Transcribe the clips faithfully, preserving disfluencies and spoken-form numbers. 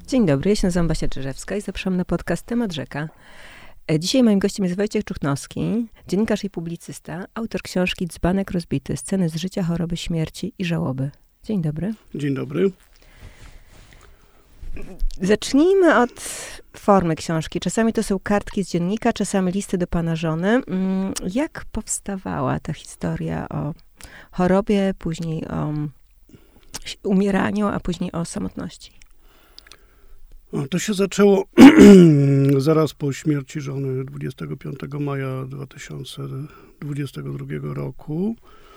Dzień dobry, ja się nazywam Basia Czyżewska i zapraszam na podcast Temat Rzeka. Dzisiaj moim gościem jest Wojciech Czuchnowski, dziennikarz i publicysta, autor książki Dzbanek rozbity, sceny z życia, choroby, śmierci i żałoby. Dzień dobry. Dzień dobry. Zacznijmy od formy książki. Czasami to są kartki z dziennika, czasami listy do pana żony. Jak powstawała ta historia o chorobie, później o umieraniu, a później o samotności? No, to się zaczęło zaraz po śmierci żony dwudziestego piątego maja dwa tysiące dwudziestego drugiego roku,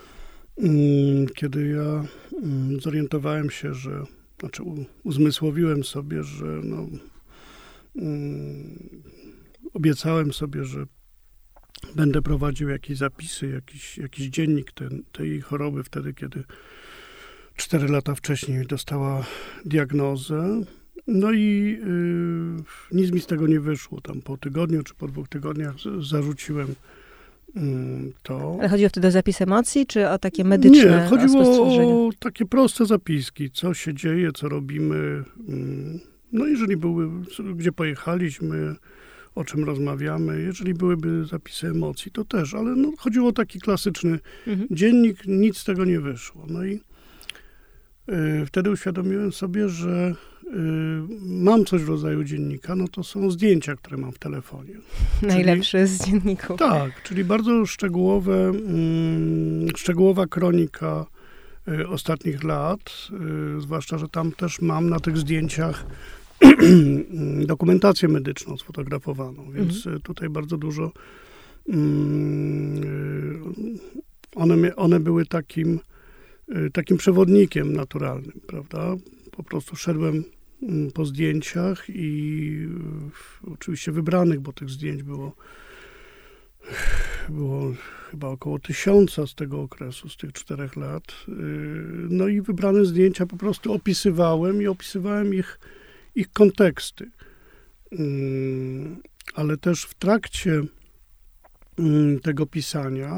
kiedy ja zorientowałem się, że, znaczy uzmysłowiłem sobie, że no, obiecałem sobie, że będę prowadził jakieś zapisy, jakiś, jakiś dziennik ten, tej choroby wtedy, kiedy cztery lata wcześniej dostała diagnozę. No i y, nic mi z tego nie wyszło. Tam po tygodniu czy po dwóch tygodniach z, zarzuciłem y, to. Ale chodziło wtedy o zapis emocji, czy o takie medyczne Nie, chodziło o takie proste zapiski. Co się dzieje, co robimy. Y, no jeżeli były, gdzie pojechaliśmy, o czym rozmawiamy. Jeżeli byłyby zapisy emocji, to też. Ale no, chodziło o taki klasyczny mhm. dziennik. Nic z tego nie wyszło. No i y, wtedy uświadomiłem sobie, że mam coś w rodzaju dziennika, no to są zdjęcia, które mam w telefonie. Najlepsze czyli, z dzienników. Tak, czyli bardzo szczegółowe, mm, szczegółowa kronika y, ostatnich lat, y, zwłaszcza, że tam też mam na tych zdjęciach dokumentację medyczną sfotografowaną, więc mhm. tutaj bardzo dużo y, one, one były takim, y, takim przewodnikiem naturalnym, prawda? Po prostu szedłem po zdjęciach i oczywiście wybranych, bo tych zdjęć było, było chyba około tysiąca z tego okresu, z tych czterech lat. No i wybrane zdjęcia po prostu opisywałem i opisywałem ich, ich konteksty. Ale też w trakcie tego pisania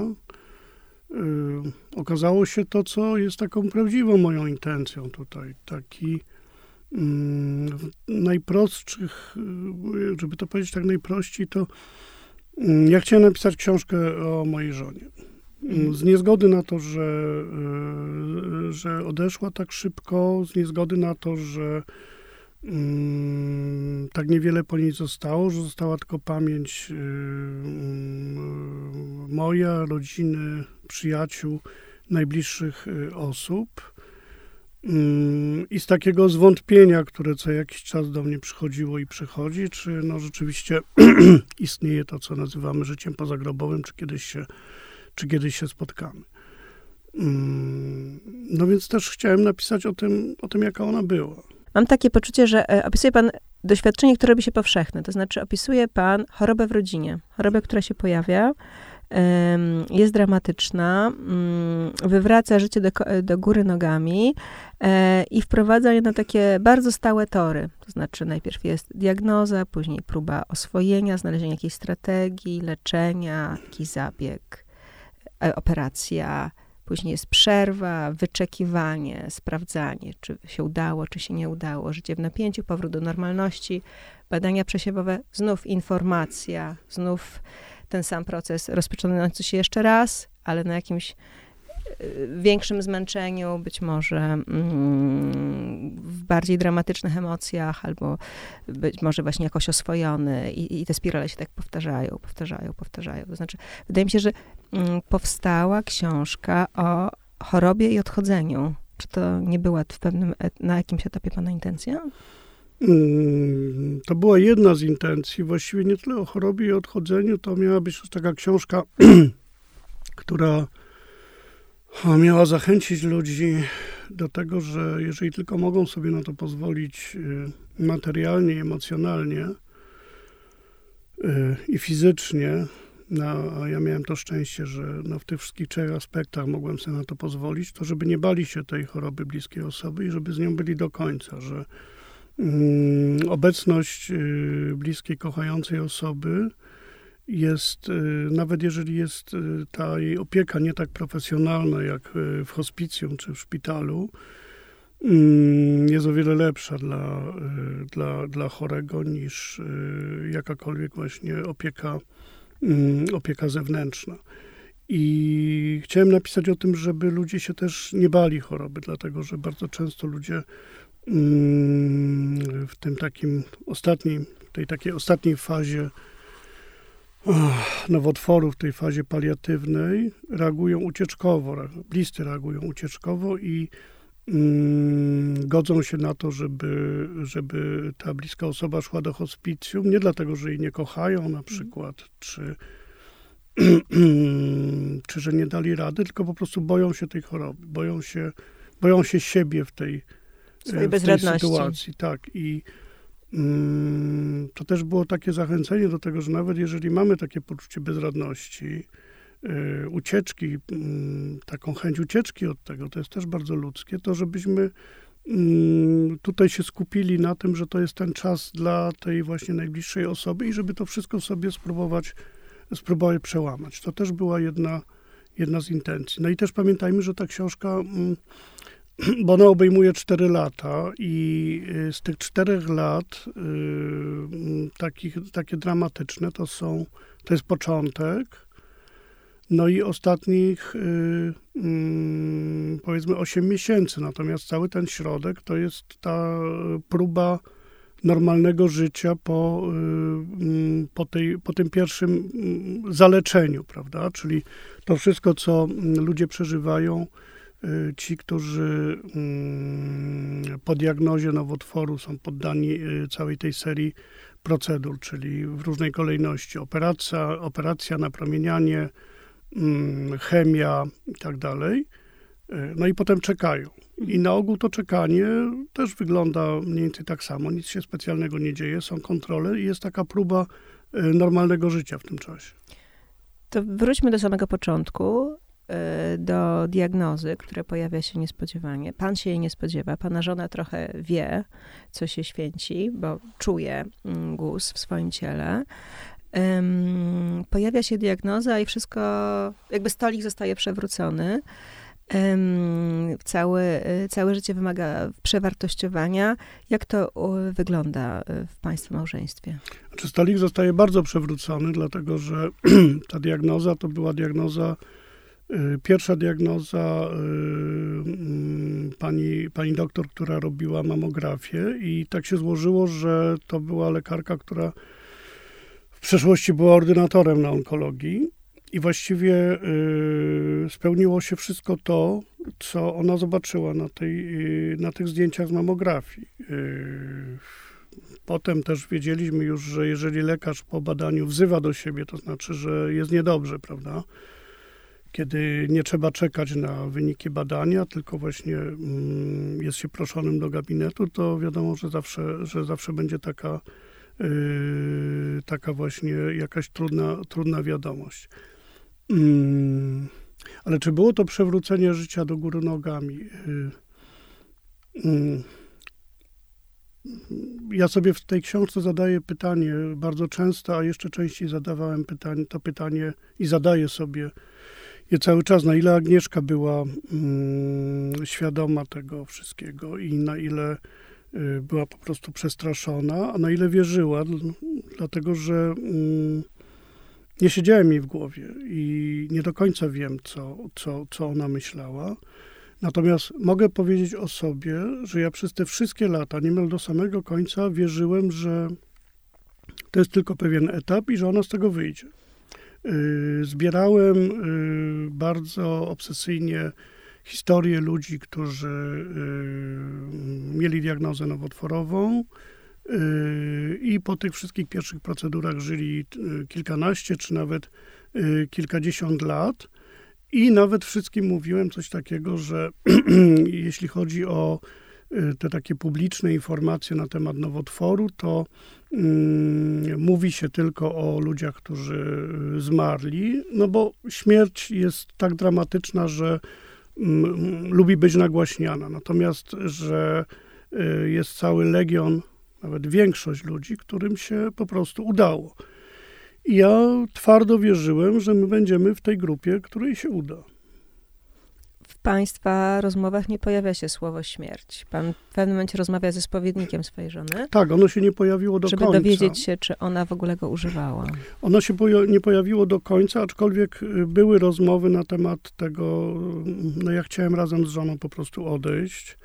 okazało się to, co jest taką prawdziwą moją intencją tutaj. Taki mm, najprostszych, żeby to powiedzieć tak najprościej, to mm, ja chciałem napisać książkę o mojej żonie. Z niezgody na to, że, że odeszła tak szybko, z niezgody na to, że mm, tak niewiele po niej zostało, że została tylko pamięć y, y, moja, rodziny, przyjaciół, najbliższych y, osób. Y, I z takiego zwątpienia, które co jakiś czas do mnie przychodziło i przychodzi, czy no rzeczywiście istnieje to, co nazywamy życiem pozagrobowym, czy kiedyś się, czy kiedyś się spotkamy. Y, no więc też chciałem napisać o tym, o tym, jaka ona była. Mam takie poczucie, że e, opisuje pan doświadczenie, które robi się powszechne. To znaczy opisuje pan chorobę w rodzinie. Chorobę, która się pojawia, e, jest dramatyczna, e, wywraca życie do, do góry nogami e, i wprowadza je na takie bardzo stałe tory. To znaczy najpierw jest diagnoza, później próba oswojenia, znalezienia jakiejś strategii, leczenia, jakiś zabieg, e, operacja. Później jest przerwa, wyczekiwanie, sprawdzanie, czy się udało, czy się nie udało. Życie w napięciu, powrót do normalności, badania przesiewowe, znów informacja, znów ten sam proces rozpoczynający się jeszcze raz, ale na jakimś większym zmęczeniu, być może mm, w bardziej dramatycznych emocjach, albo być może właśnie jakoś oswojony i, i te spirale się tak powtarzają, powtarzają, powtarzają. To znaczy, wydaje mi się, że mm, powstała książka o chorobie i odchodzeniu. Czy to nie była w pewnym, na jakimś etapie pana intencja? To była jedna z intencji, właściwie nie tyle o chorobie i odchodzeniu, to miała być taka książka, która miała zachęcić ludzi do tego, że jeżeli tylko mogą sobie na to pozwolić materialnie, emocjonalnie i fizycznie, no, a ja miałem to szczęście, że no, w tych wszystkich trzech aspektach mogłem sobie na to pozwolić, to żeby nie bali się tej choroby bliskiej osoby i żeby z nią byli do końca, że mm, obecność y, bliskiej, kochającej osoby jest, nawet jeżeli jest ta jej opieka nie tak profesjonalna jak w hospicjum czy w szpitalu, jest o wiele lepsza dla, dla, dla chorego niż jakakolwiek właśnie opieka, opieka zewnętrzna. I chciałem napisać o tym, żeby ludzie się też nie bali choroby, dlatego że bardzo często ludzie w tym takim ostatnim, tej takiej ostatniej fazie nowotworu, w tej fazie paliatywnej reagują ucieczkowo, bliscy reagują ucieczkowo i mm, godzą się na to, żeby, żeby ta bliska osoba szła do hospicjum, nie dlatego, że jej nie kochają na przykład, czy, czy że nie dali rady, tylko po prostu boją się tej choroby, boją się, boją się siebie w tej, swojej w tej bezradności. sytuacji. Tak, i mm, to też było takie zachęcenie do tego, że nawet jeżeli mamy takie poczucie bezradności, y, ucieczki, y, taką chęć ucieczki od tego, to jest też bardzo ludzkie, to żebyśmy y, tutaj się skupili na tym, że to jest ten czas dla tej właśnie najbliższej osoby i żeby to wszystko sobie spróbować, spróbować przełamać. To też była jedna, jedna z intencji. No i też pamiętajmy, że ta książka, y, bo ona obejmuje cztery lata i z tych czterech lat y, takich, takie dramatyczne to są, to jest początek, no i ostatnich y, y, powiedzmy osiem miesięcy, natomiast cały ten środek to jest ta próba normalnego życia po, y, po, tej, po tym pierwszym zaleczeniu, prawda, czyli to wszystko, co ludzie przeżywają, ci, którzy po diagnozie nowotworu są poddani całej tej serii procedur, czyli w różnej kolejności operacja, operacja, napromienianie, chemia i tak dalej. No i potem czekają. I na ogół to czekanie też wygląda mniej więcej tak samo. Nic się specjalnego nie dzieje, są kontrole i jest taka próba normalnego życia w tym czasie. To wróćmy do samego początku. Do diagnozy, która pojawia się niespodziewanie. Pan się jej nie spodziewa, pana żona trochę wie, co się święci, bo czuje guz w swoim ciele. Um, pojawia się diagnoza i wszystko, jakby stolik zostaje przewrócony. Um, całe, całe życie wymaga przewartościowania. Jak to uh, wygląda w państwa małżeństwie? Znaczy, stolik zostaje bardzo przewrócony, dlatego że ta diagnoza to była diagnoza Pierwsza diagnoza y, pani, pani doktor, która robiła mamografię i tak się złożyło, że to była lekarka, która w przeszłości była ordynatorem na onkologii i właściwie y, spełniło się wszystko to, co ona zobaczyła na, tej, y, na tych zdjęciach z mamografii. Y, potem też wiedzieliśmy już, że jeżeli lekarz po badaniu wzywa do siebie, to znaczy, że jest niedobrze, prawda? Kiedy nie trzeba czekać na wyniki badania, tylko właśnie mm, jest się proszonym do gabinetu, to wiadomo, że zawsze, że zawsze będzie taka, yy, taka właśnie jakaś trudna, trudna wiadomość. Yy, ale czy było to przewrócenie życia do góry nogami? Yy, yy. Ja sobie w tej książce zadaję pytanie bardzo często, a jeszcze częściej zadawałem pytanie, to pytanie i zadaję sobie je cały czas, na ile Agnieszka była mm, świadoma tego wszystkiego i na ile y, była po prostu przestraszona, a na ile wierzyła, d- dlatego że mm, nie siedziałem jej w głowie i nie do końca wiem, co, co, co ona myślała. Natomiast mogę powiedzieć o sobie, że ja przez te wszystkie lata, niemal do samego końca, wierzyłem, że to jest tylko pewien etap i że ona z tego wyjdzie. Zbierałem bardzo obsesyjnie historie ludzi, którzy mieli diagnozę nowotworową i po tych wszystkich pierwszych procedurach żyli kilkanaście czy nawet kilkadziesiąt lat. I nawet wszystkim mówiłem coś takiego, że jeśli chodzi o te takie publiczne informacje na temat nowotworu, to mm, mówi się tylko o ludziach, którzy zmarli, no bo śmierć jest tak dramatyczna, że mm, lubi być nagłaśniana. Natomiast, że y, jest cały legion, nawet większość ludzi, którym się po prostu udało. I ja twardo wierzyłem, że my będziemy w tej grupie, której się uda. państwa rozmowach nie pojawia się słowo śmierć. Pan w pewnym momencie rozmawia ze spowiednikiem swojej żony. Tak, ono się nie pojawiło do żeby końca. Żeby dowiedzieć się, czy ona w ogóle go używała. Ono się poja- nie pojawiło do końca, aczkolwiek były rozmowy na temat tego, no ja chciałem razem z żoną po prostu odejść.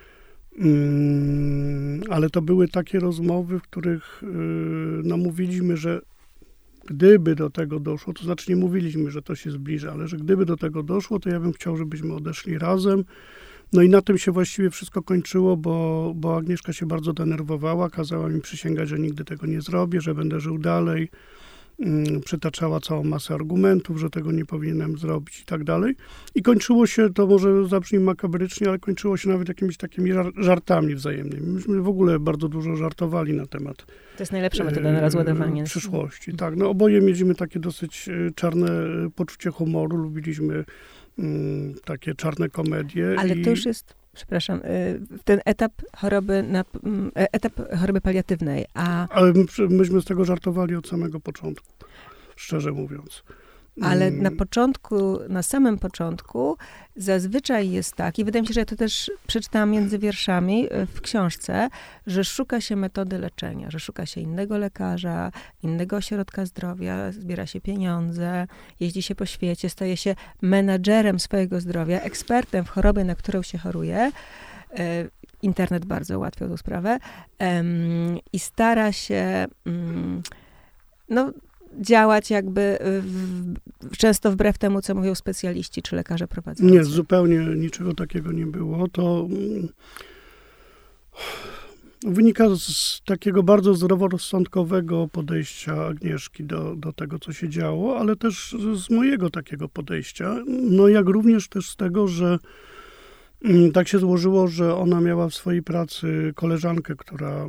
Mm, ale to były takie rozmowy, w których yy, no, mówiliśmy, że gdyby do tego doszło, to znaczy nie mówiliśmy, że to się zbliża, ale że gdyby do tego doszło, to ja bym chciał, żebyśmy odeszli razem. No i na tym się właściwie wszystko kończyło, bo, bo Agnieszka się bardzo denerwowała, kazała mi przysięgać, że nigdy tego nie zrobię, że będę żył dalej. Mm, przytaczała całą masę argumentów, że tego nie powinienem zrobić i tak dalej. I kończyło się, to może zabrzmi makabrycznie, ale kończyło się nawet jakimiś takimi żartami wzajemnymi. Myśmy w ogóle bardzo dużo żartowali na temat To jest najlepsza metoda na rozładowanie. Przyszłości, tak. No oboje mieliśmy takie dosyć czarne poczucie humoru, lubiliśmy mm, takie czarne komedie. Ale i... to już jest, przepraszam, ten etap choroby, na, etap choroby paliatywnej, a... Ale my, myśmy z tego żartowali od samego początku, szczerze mówiąc. Ale na początku, na samym początku zazwyczaj jest tak, i wydaje mi się, że ja to też przeczytałam między wierszami w książce, że szuka się metody leczenia, że szuka się innego lekarza, innego ośrodka zdrowia, zbiera się pieniądze, jeździ się po świecie, staje się menadżerem swojego zdrowia, ekspertem w chorobie, na którą się choruje. Internet bardzo ułatwiał tę sprawę. I stara się, no, działać jakby w, często wbrew temu, co mówią specjaliści czy lekarze prowadzący. Nie, zupełnie niczego takiego nie było. To wynika z takiego bardzo zdroworozsądkowego podejścia Agnieszki do, do tego, co się działo, ale też z mojego takiego podejścia. No jak również też z tego, że tak się złożyło, że ona miała w swojej pracy koleżankę, która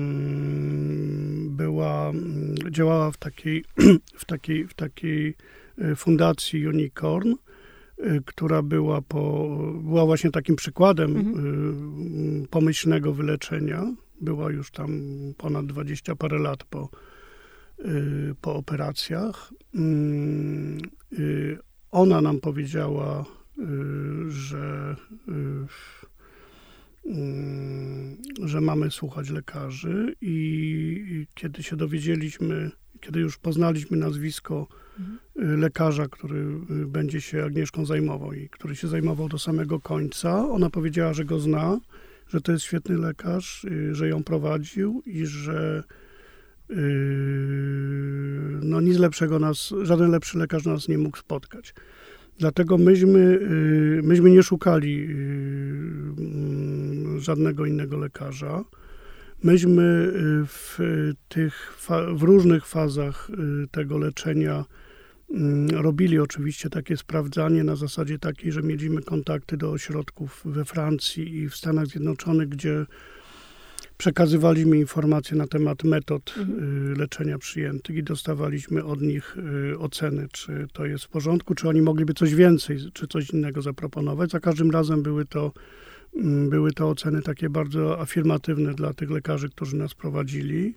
była, działała w takiej, w takiej, w takiej fundacji Unicorn, która była, po, była właśnie takim przykładem mhm. pomyślnego wyleczenia. Była już tam ponad dwadzieścia parę lat po, po operacjach. Ona nam powiedziała, że, że mamy słuchać lekarzy i kiedy się dowiedzieliśmy, kiedy już poznaliśmy nazwisko mhm. lekarza, który będzie się Agnieszką zajmował i który się zajmował do samego końca, ona powiedziała, że go zna, że to jest świetny lekarz, że ją prowadził i że no nic lepszego nas, żaden lepszy lekarz nas nie mógł spotkać. Dlatego myśmy, myśmy nie szukali żadnego innego lekarza. Myśmy w tych, w różnych fazach tego leczenia robili oczywiście takie sprawdzanie na zasadzie takiej, że mieliśmy kontakty do ośrodków we Francji i w Stanach Zjednoczonych, gdzie przekazywaliśmy informacje na temat metod mhm. leczenia przyjętych i dostawaliśmy od nich oceny, czy to jest w porządku, czy oni mogliby coś więcej, czy coś innego zaproponować. Za każdym razem były to, były to oceny takie bardzo afirmatywne dla tych lekarzy, którzy nas prowadzili.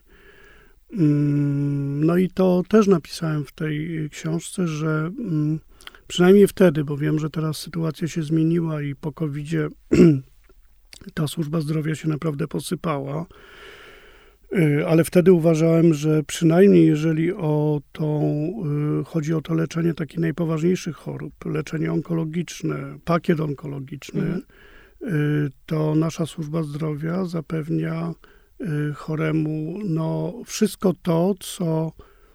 No i to też napisałem w tej książce, że przynajmniej wtedy, bo wiem, że teraz sytuacja się zmieniła i po kowidzie ta służba zdrowia się naprawdę posypała, ale wtedy uważałem, że przynajmniej jeżeli o to, chodzi o to leczenie takich najpoważniejszych chorób, leczenie onkologiczne, pakiet onkologiczny, mhm. to nasza służba zdrowia zapewnia choremu no, wszystko to, co,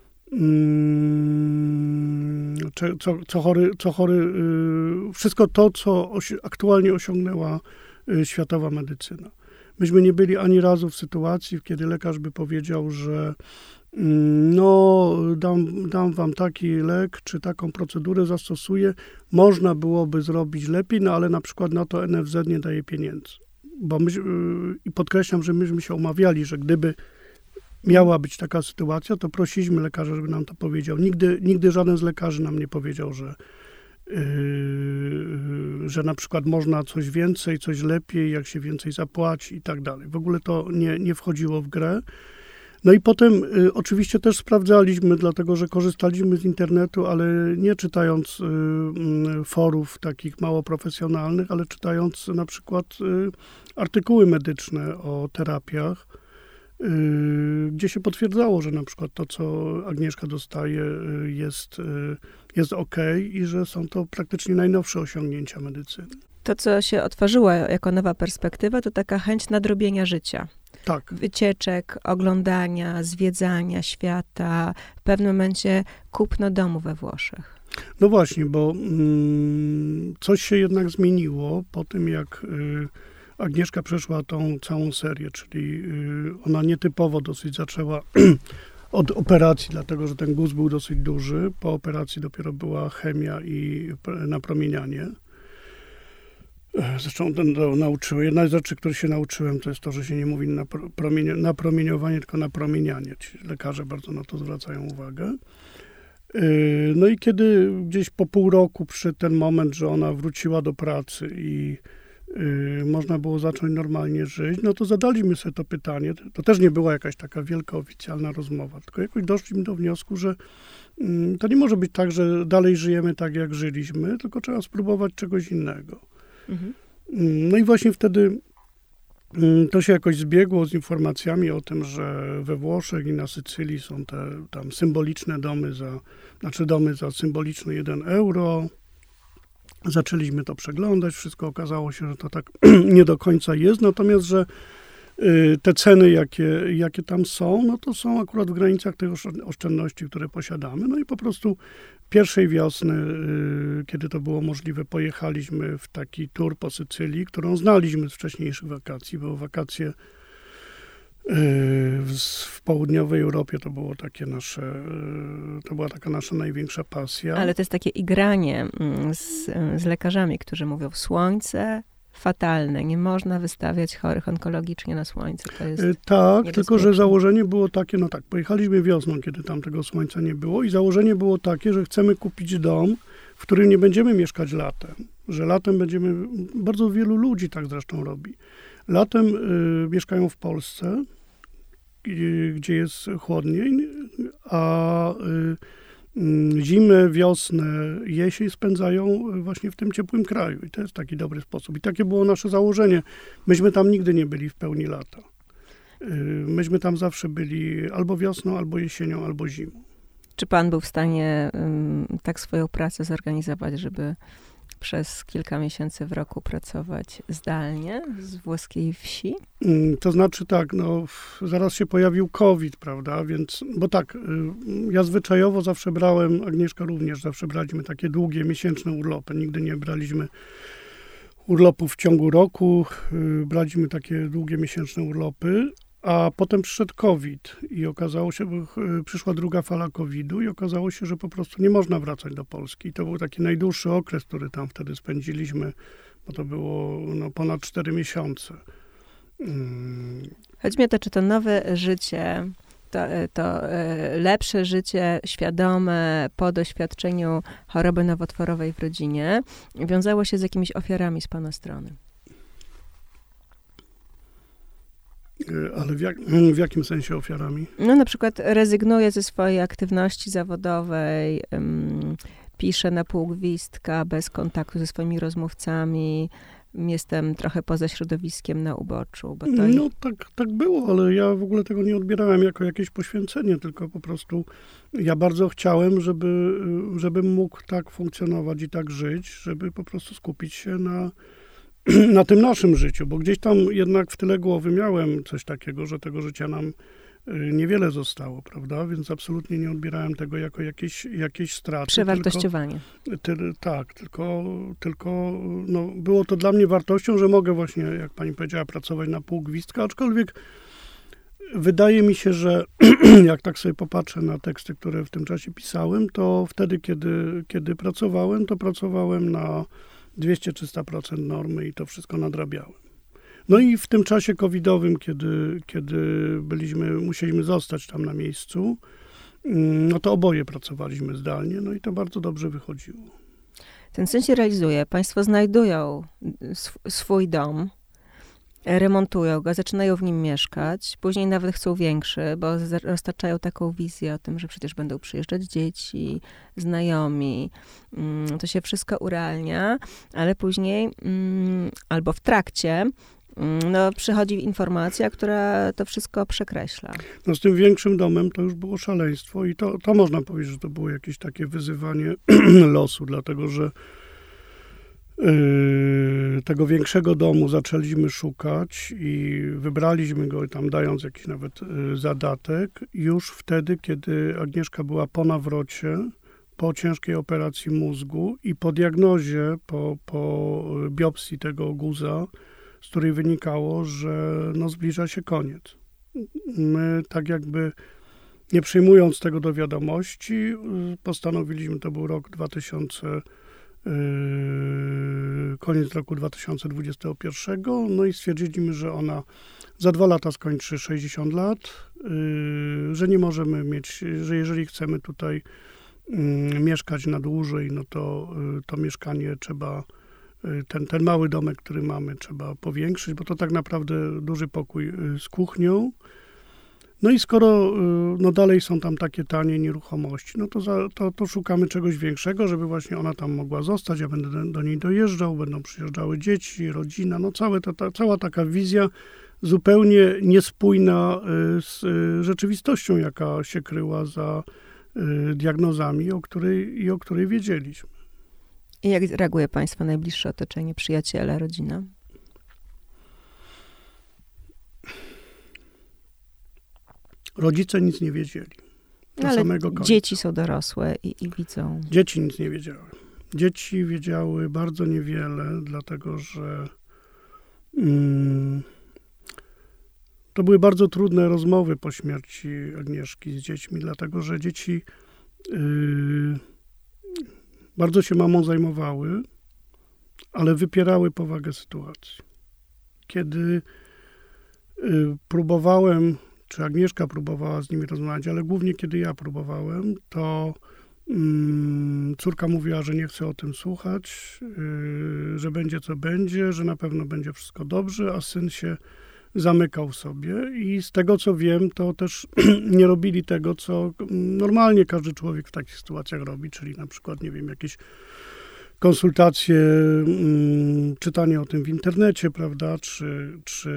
co, co, chory, co chory, wszystko to, co osi- aktualnie osiągnęła światowa medycyna. Myśmy nie byli ani razu w sytuacji, kiedy lekarz by powiedział, że no dam, dam wam taki lek, czy taką procedurę zastosuję, można byłoby zrobić lepiej, no ale na przykład na to N F Z nie daje pieniędzy. Bo my, i podkreślam, że myśmy się umawiali, że gdyby miała być taka sytuacja, to prosiliśmy lekarza, żeby nam to powiedział. Nigdy, nigdy żaden z lekarzy nam nie powiedział, że Yy, że na przykład można coś więcej, coś lepiej, jak się więcej zapłaci i tak dalej. W ogóle to nie, nie wchodziło w grę, No i potem y, oczywiście też sprawdzaliśmy, dlatego że korzystaliśmy z internetu, ale nie czytając y, y, forów takich mało profesjonalnych, ale czytając na przykład y, artykuły medyczne o terapiach, y, gdzie się potwierdzało, że na przykład to, co Agnieszka dostaje, y, jest, y, jest okej i że są to praktycznie najnowsze osiągnięcia medycyny. To, co się otworzyło jako nowa perspektywa, to taka chęć nadrobienia życia. Tak. Wycieczek, oglądania, zwiedzania świata, w pewnym momencie kupno domu we Włoszech. No właśnie, bo mm, coś się jednak zmieniło po tym, jak y, Agnieszka przeszła tą całą serię, czyli y, ona nietypowo dosyć zaczęła od operacji, dlatego że ten guz był dosyć duży. Po operacji dopiero była chemia i napromienianie. Zresztą to nauczyłem. Jedna z rzeczy, których się nauczyłem, to jest to, że się nie mówi napromieniowanie, tylko napromienianie. Ci lekarze bardzo na to zwracają uwagę. No i kiedy gdzieś po pół roku przyszedł ten moment, że ona wróciła do pracy i można było zacząć normalnie żyć, no to zadaliśmy sobie to pytanie. To też nie była jakaś taka wielka oficjalna rozmowa, tylko jakoś doszliśmy do wniosku, że to nie może być tak, że dalej żyjemy tak, jak żyliśmy, tylko trzeba spróbować czegoś innego. Mhm. No i właśnie wtedy to się jakoś zbiegło z informacjami o tym, że we Włoszech i na Sycylii są te tam symboliczne domy za, znaczy domy za symboliczny jeden euro. Zaczęliśmy to przeglądać, wszystko okazało się, że to tak nie do końca jest, natomiast, że y, te ceny, jakie, jakie tam są, no to są akurat w granicach tych oszczędności, które posiadamy. No i po prostu pierwszej wiosny, y, kiedy to było możliwe, pojechaliśmy w taki tour po Sycylii, którą znaliśmy z wcześniejszych wakacji, bo wakacje y, w, w południowej Europie to było takie nasze, y, to była taka nasza największa pasja. Ale to jest takie igranie z, z lekarzami, którzy mówią, słońce fatalne, nie można wystawiać chorych onkologicznie na słońce. To jest tak, tylko że założenie było takie, no tak, pojechaliśmy wiosną, kiedy tam tego słońca nie było i założenie było takie, że chcemy kupić dom, w którym nie będziemy mieszkać latem, że latem będziemy, bardzo wielu ludzi tak zresztą robi. Latem y, mieszkają w Polsce, y, gdzie jest chłodniej, a y, zimę, wiosnę, jesień spędzają właśnie w tym ciepłym kraju. I to jest taki dobry sposób. I takie było nasze założenie. Myśmy tam nigdy nie byli w pełni lata. Myśmy tam zawsze byli albo wiosną, albo jesienią, albo zimą. Czy pan był w stanie um, tak swoją pracę zorganizować, żeby przez kilka miesięcy w roku pracować zdalnie z włoskiej wsi? To znaczy tak, no zaraz się pojawił COVID, prawda, więc, bo tak, ja zwyczajowo zawsze brałem, Agnieszka również, zawsze braliśmy takie długie, miesięczne urlopy, nigdy nie braliśmy urlopów w ciągu roku, braliśmy takie długie, miesięczne urlopy, a potem przyszedł COVID i okazało się, przyszła druga fala kowida i okazało się, że po prostu nie można wracać do Polski. I to był taki najdłuższy okres, który tam wtedy spędziliśmy, bo to było no, ponad cztery miesiące. Hmm. Chodzi mi o to, czy to nowe życie, to, to lepsze życie świadome po doświadczeniu choroby nowotworowej w rodzinie wiązało się z jakimiś ofiarami z pana strony? Ale w, jak, w jakim sensie ofiarami? No na przykład rezygnuje ze swojej aktywności zawodowej, um, pisze na pół gwizdka, bez kontaktu ze swoimi rozmówcami, jestem trochę poza środowiskiem na uboczu. Bo to... No tak, tak było, ale ja w ogóle tego nie odbierałem jako jakieś poświęcenie, tylko po prostu ja bardzo chciałem, żeby, żebym mógł tak funkcjonować i tak żyć, żeby po prostu skupić się na na tym naszym życiu, bo gdzieś tam jednak w tyle głowy miałem coś takiego, że tego życia nam niewiele zostało, prawda? Więc absolutnie nie odbierałem tego jako jakieś, jakieś straty. Przewartościowanie. Tylko, ty, tak, tylko, tylko no, było to dla mnie wartością, że mogę właśnie, jak pani powiedziała, pracować na pół gwizdka, aczkolwiek wydaje mi się, że jak tak sobie popatrzę na teksty, które w tym czasie pisałem, to wtedy, kiedy, kiedy pracowałem, to pracowałem na dwieście do trzystu procent normy i to wszystko nadrabiałem. No i w tym czasie covidowym, kiedy, kiedy byliśmy, musieliśmy zostać tam na miejscu, no to oboje pracowaliśmy zdalnie, no i to bardzo dobrze wychodziło. Ten sen się realizuje. Państwo znajdują sw- swój dom. remontują go, zaczynają w nim mieszkać, później nawet chcą większy, bo roztaczają taką wizję o tym, że przecież będą przyjeżdżać dzieci, znajomi. To się wszystko urealnia, ale później albo w trakcie no, przychodzi informacja, która to wszystko przekreśla. No z tym większym domem to już było szaleństwo i to, to można powiedzieć, że to było jakieś takie wyzywanie losu, dlatego że Yy, tego większego domu zaczęliśmy szukać i wybraliśmy go tam, dając jakiś nawet yy, zadatek, już wtedy, kiedy Agnieszka była po nawrocie, po ciężkiej operacji mózgu i po diagnozie, po, po biopsji tego guza, z której wynikało, że no, zbliża się koniec. My tak jakby nie przyjmując tego do wiadomości, yy, postanowiliśmy, to był rok dwa tysiące Yy, koniec roku dwa tysiące dwudziestego pierwszego, no i stwierdziliśmy, że ona za dwa lata skończy sześćdziesiąt lat, yy, że nie możemy mieć, że jeżeli chcemy tutaj yy, mieszkać na dłużej, no to yy, to mieszkanie trzeba, yy, ten, ten mały domek, który mamy, trzeba powiększyć, bo to tak naprawdę duży pokój yy, z kuchnią. No i skoro no dalej są tam takie tanie nieruchomości, no to, za, to, to szukamy czegoś większego, żeby właśnie ona tam mogła zostać, ja będę do, do niej dojeżdżał, będą przyjeżdżały dzieci, rodzina, no całe ta, ta, cała taka wizja zupełnie niespójna z rzeczywistością, jaka się kryła za diagnozami, o której, i o której wiedzieliśmy. I jak reaguje państwa najbliższe otoczenie, przyjaciele, rodzina? Rodzice nic nie wiedzieli. Do ale samego końca. Dzieci są dorosłe i, i widzą. Dzieci nic nie wiedziały. Dzieci wiedziały bardzo niewiele, dlatego że mm, to były bardzo trudne rozmowy po śmierci Agnieszki z dziećmi, dlatego że dzieci yy, bardzo się mamą zajmowały, ale wypierały powagę sytuacji. Kiedy yy, próbowałem czy Agnieszka próbowała z nimi rozmawiać, ale głównie kiedy ja próbowałem, to mm, córka mówiła, że nie chce o tym słuchać, yy, że będzie co będzie, że na pewno będzie wszystko dobrze, a syn się zamykał sobie i z tego co wiem, to też nie robili tego, co normalnie każdy człowiek w takich sytuacjach robi, czyli na przykład, nie wiem, jakieś konsultacje, mm, czytanie o tym w internecie, prawda, czy, czy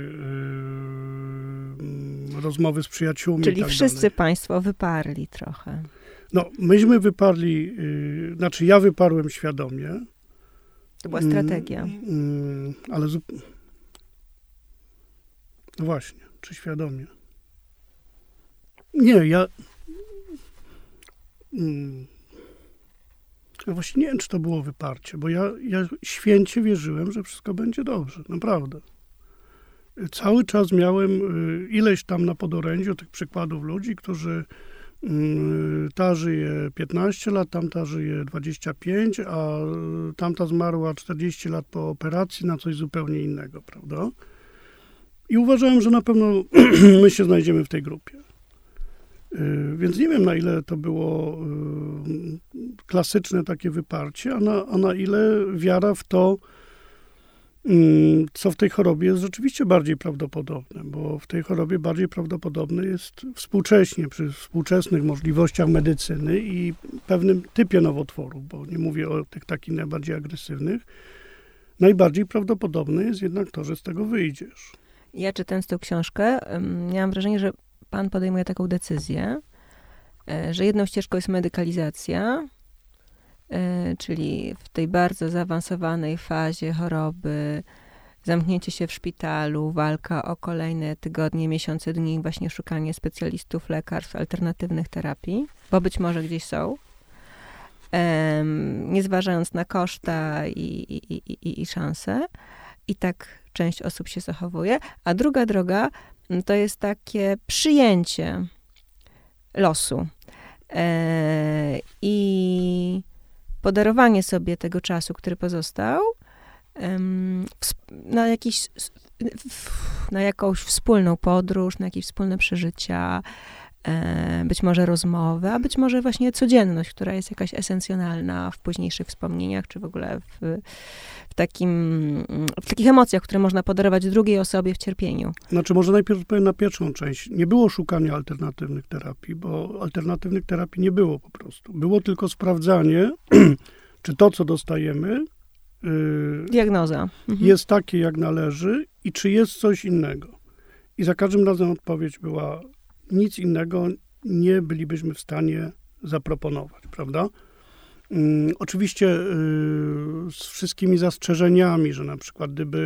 yy, rozmowy z przyjaciółmi. Czyli i tak wszyscy dalej. państwo wyparli trochę. No, myśmy wyparli, yy, znaczy ja wyparłem świadomie. To była strategia. Yy, ale zup- no właśnie, czy świadomie? Nie, ja... Yy, Ja właśnie nie wiem, czy to było wyparcie, bo ja, ja święcie wierzyłem, że wszystko będzie dobrze, naprawdę. Cały czas miałem ileś tam na podorędziu tych przykładów ludzi, którzy ta żyje piętnaście lat, tamta żyje dwadzieścia pięć, a tamta zmarła czterdzieści lat po operacji na coś zupełnie innego, prawda? I uważałem, że na pewno my się znajdziemy w tej grupie. Więc nie wiem, na ile to było klasyczne takie wyparcie, a na, a na ile wiara w to, co w tej chorobie jest rzeczywiście bardziej prawdopodobne, bo w tej chorobie bardziej prawdopodobne jest współcześnie, przy współczesnych możliwościach medycyny i pewnym typie nowotworów, bo nie mówię o tych takich najbardziej agresywnych, najbardziej prawdopodobne jest jednak to, że z tego wyjdziesz. Ja czytając tę książkę, miałam wrażenie, że pan podejmuje taką decyzję, że jedną ścieżką jest medykalizacja, czyli w tej bardzo zaawansowanej fazie choroby, zamknięcie się w szpitalu, walka o kolejne tygodnie, miesiące, dni, właśnie szukanie specjalistów, lekarstw, alternatywnych terapii, bo być może gdzieś są, nie zważając na koszta i, i, i, i szanse. I tak część osób się zachowuje. A druga droga to jest takie przyjęcie losu e, i podarowanie sobie tego czasu, który pozostał, em, na, jakiś, na jakąś wspólną podróż, na jakieś wspólne przeżycia, być może rozmowy, a być może właśnie codzienność, która jest jakaś esencjonalna w późniejszych wspomnieniach, czy w ogóle w, w, takim, w takich emocjach, które można podarować drugiej osobie w cierpieniu. Znaczy, może najpierw odpowiem na pierwszą część. Nie było szukania alternatywnych terapii, bo alternatywnych terapii nie było po prostu. Było tylko sprawdzanie, czy to, co dostajemy, yy, diagnoza, mhm. jest takie, jak należy i czy jest coś innego. I za każdym razem odpowiedź była, nic innego nie bylibyśmy w stanie zaproponować, prawda? Um, oczywiście yy, z wszystkimi zastrzeżeniami, że na przykład gdyby,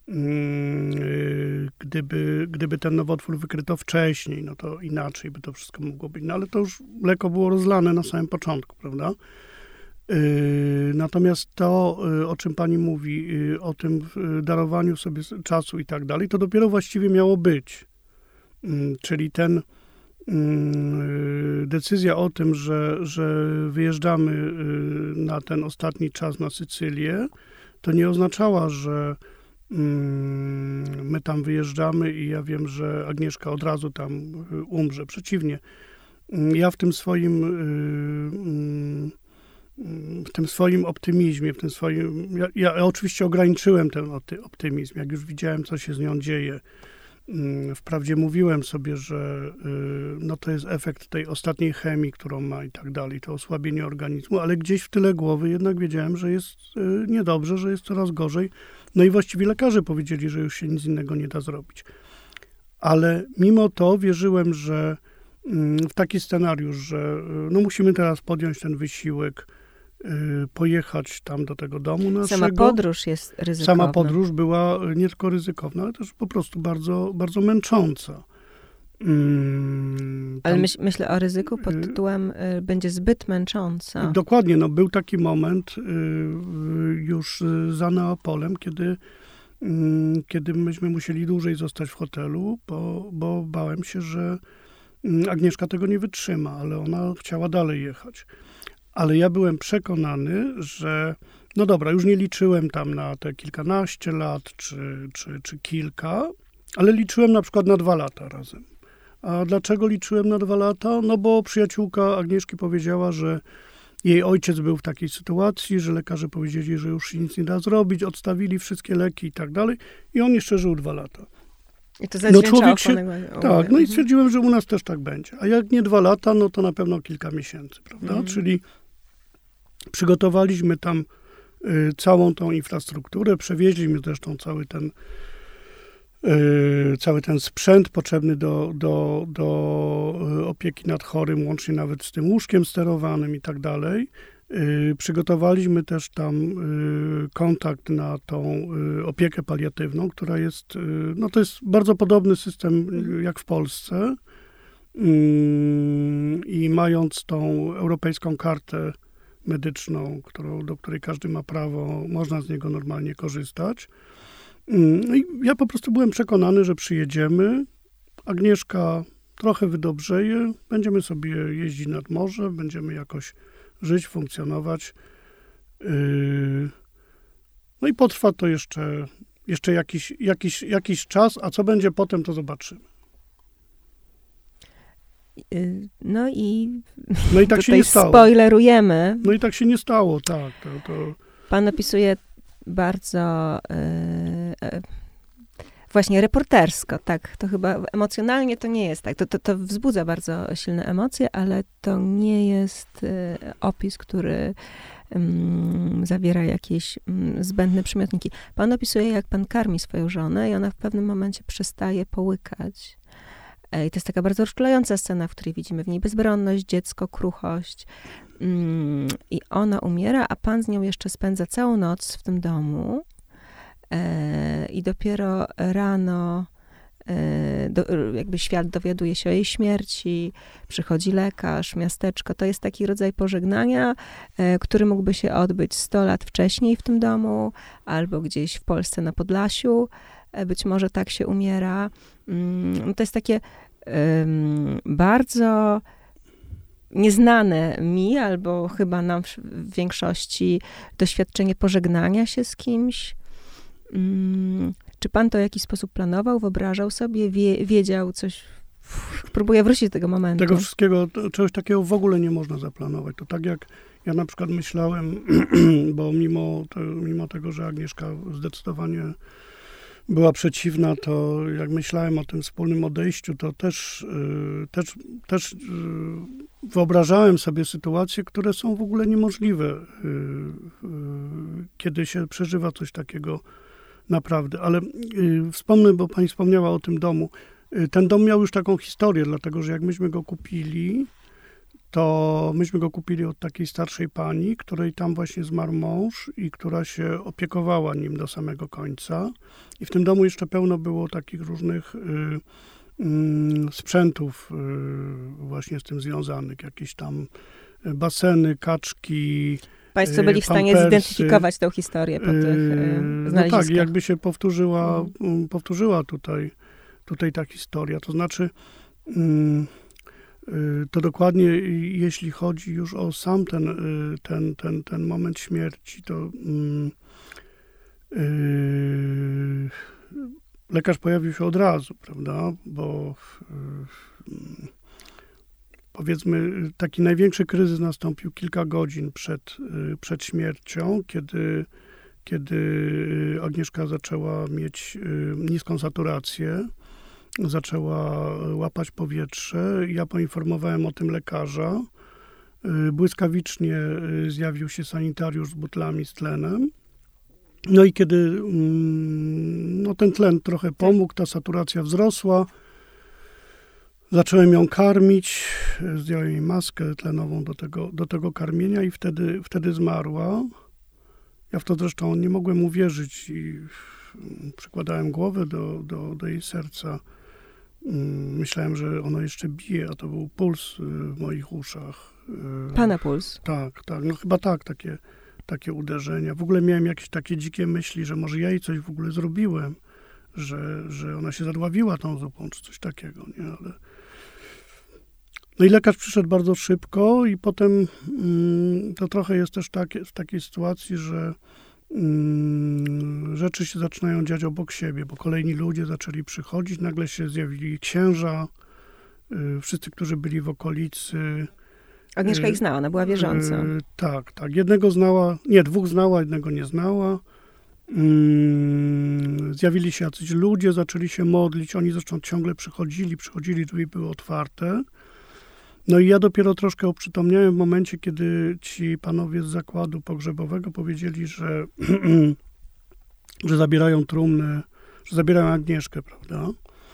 yy, gdyby, gdyby ten nowotwór wykryto wcześniej, no to inaczej by to wszystko mogło być. No ale to już mleko było rozlane na samym początku, prawda? Yy, natomiast to, yy, o czym pani mówi, yy, o tym yy, darowaniu sobie czasu i tak dalej, to dopiero właściwie miało być. Yy, czyli ten yy, decyzja o tym, że, że wyjeżdżamy yy, na ten ostatni czas na Sycylię, to nie oznaczała, że yy, my tam wyjeżdżamy i ja wiem, że Agnieszka od razu tam yy, umrze. Przeciwnie. Yy, ja w tym swoim yy, yy, w tym swoim optymizmie, w tym swoim... Ja, ja oczywiście ograniczyłem ten optymizm, jak już widziałem, co się z nią dzieje. Wprawdzie mówiłem sobie, że no to jest efekt tej ostatniej chemii, którą ma i tak dalej, to osłabienie organizmu, ale gdzieś w tyle głowy jednak wiedziałem, że jest niedobrze, że jest coraz gorzej. No i właściwie lekarze powiedzieli, że już się nic innego nie da zrobić. Ale mimo to wierzyłem, że w taki scenariusz, że no musimy teraz podjąć ten wysiłek, pojechać tam do tego domu naszego. Sama podróż jest ryzykowna. Sama podróż była nie tylko ryzykowna, ale też po prostu bardzo, bardzo męcząca. Hmm, ale myśl, myślę o ryzyku pod tytułem y, będzie zbyt męcząca. Dokładnie, no był taki moment y, już za Neapolem, kiedy, y, kiedy myśmy musieli dłużej zostać w hotelu, bo, bo bałem się, że Agnieszka tego nie wytrzyma, ale ona chciała dalej jechać. Ale ja byłem przekonany, że no dobra, już nie liczyłem tam na te kilkanaście lat, czy, czy, czy kilka, ale liczyłem na przykład na dwa lata razem. A dlaczego liczyłem na dwa lata? No bo przyjaciółka Agnieszki powiedziała, że jej ojciec był w takiej sytuacji, że lekarze powiedzieli, że już się nic nie da zrobić, odstawili wszystkie leki i tak dalej i on jeszcze żył dwa lata. I to no człowiek się, tak, no i stwierdziłem, że u nas też tak będzie. A jak nie dwa lata, no to na pewno kilka miesięcy, prawda? Mhm. Czyli przygotowaliśmy tam y, całą tą infrastrukturę, przewieźliśmy zresztą cały ten, y, cały ten sprzęt potrzebny do, do, do y, opieki nad chorym, łącznie nawet z tym łóżkiem sterowanym i tak dalej. Y, przygotowaliśmy też tam y, kontakt na tą y, opiekę paliatywną, która jest, y, no to jest bardzo podobny system y, jak w Polsce. Y, I mając tą europejską kartę medyczną, którą, do której każdy ma prawo, można z niego normalnie korzystać. No i ja po prostu byłem przekonany, że przyjedziemy, Agnieszka trochę wydobrzeje, będziemy sobie jeździć nad morze, będziemy jakoś żyć, funkcjonować. No i potrwa to jeszcze, jeszcze jakiś, jakiś, jakiś czas, a co będzie potem, to zobaczymy. No i, no i tak się nie stało. Spoilerujemy. No i tak się nie stało, tak. To, to... Pan opisuje bardzo yy, właśnie reportersko, tak. To chyba emocjonalnie to nie jest tak. To, to, to wzbudza bardzo silne emocje, ale to nie jest yy, opis, który yy, zawiera jakieś yy, zbędne przymiotniki. Pan opisuje, jak pan karmi swoją żonę i ona w pewnym momencie przestaje połykać. I to jest taka bardzo rozczulająca scena, w której widzimy w niej bezbronność, dziecko, kruchość. I ona umiera, a pan z nią jeszcze spędza całą noc w tym domu. I dopiero rano jakby świat dowiaduje się o jej śmierci, przychodzi lekarz, miasteczko. To jest taki rodzaj pożegnania, który mógłby się odbyć sto lat wcześniej w tym domu, albo gdzieś w Polsce na Podlasiu. Być może tak się umiera. To jest takie um, bardzo nieznane mi, albo chyba nam w, w większości, doświadczenie pożegnania się z kimś. Um, czy pan to w jakiś sposób planował, wyobrażał sobie, wie, wiedział coś próbuję wrócić do tego momentu. Tego wszystkiego, czegoś takiego w ogóle nie można zaplanować. To tak jak ja na przykład myślałem, bo mimo, to, mimo tego, że Agnieszka zdecydowanie była przeciwna, to jak myślałem o tym wspólnym odejściu, to też, yy, też, też yy, wyobrażałem sobie sytuacje, które są w ogóle niemożliwe, yy, yy, kiedy się przeżywa coś takiego naprawdę. Ale yy, wspomnę, bo pani wspomniała o tym domu. Yy, ten dom miał już taką historię, dlatego że jak myśmy go kupili, to myśmy go kupili od takiej starszej pani, której tam właśnie zmarł mąż i która się opiekowała nim do samego końca. I w tym domu jeszcze pełno było takich różnych y, y, sprzętów y, właśnie z tym związanych. Jakieś tam baseny, kaczki, Państwo byli w stanie pampersy. Zidentyfikować tę historię po tych y, No tak, jakby się powtórzyła, mm. powtórzyła tutaj, tutaj ta historia. To znaczy... Y, to dokładnie, jeśli chodzi już o sam ten, ten, ten, ten moment śmierci, to yy, lekarz pojawił się od razu, prawda, bo yy, powiedzmy taki największy kryzys nastąpił kilka godzin przed, yy, przed śmiercią, kiedy, kiedy Agnieszka zaczęła mieć yy, niską saturację, zaczęła łapać powietrze. Ja poinformowałem o tym lekarza. Błyskawicznie zjawił się sanitariusz z butlami z tlenem. No i kiedy no, ten tlen trochę pomógł, ta saturacja wzrosła, zacząłem ją karmić, zdjąłem jej maskę tlenową do tego, do tego karmienia i wtedy, wtedy zmarła. Ja w to zresztą nie mogłem uwierzyć i przykładałem głowę do, do, do jej serca. Myślałem, że ono jeszcze bije, a to był puls w moich uszach. Pana puls? Tak, tak. No chyba tak, takie, takie uderzenia. W ogóle miałem jakieś takie dzikie myśli, że może ja jej coś w ogóle zrobiłem, że, że ona się zadławiła tą zupą, czy coś takiego, nie? Ale... No i lekarz przyszedł bardzo szybko i potem mm, to trochę jest też takie, w takiej sytuacji, że rzeczy się zaczynają dziać obok siebie, bo kolejni ludzie zaczęli przychodzić, nagle się zjawili księża, wszyscy, którzy byli w okolicy. Agnieszka ich znała, ona była wierząca. Tak, tak. Jednego znała, nie, dwóch znała, jednego nie znała. Zjawili się jacyś ludzie, zaczęli się modlić, oni zresztą ciągle przychodzili, przychodzili, drzwi były otwarte. No i ja dopiero troszkę oprzytomniałem w momencie, kiedy ci panowie z zakładu pogrzebowego powiedzieli, że, że zabierają trumnę, że zabierają Agnieszkę, prawda,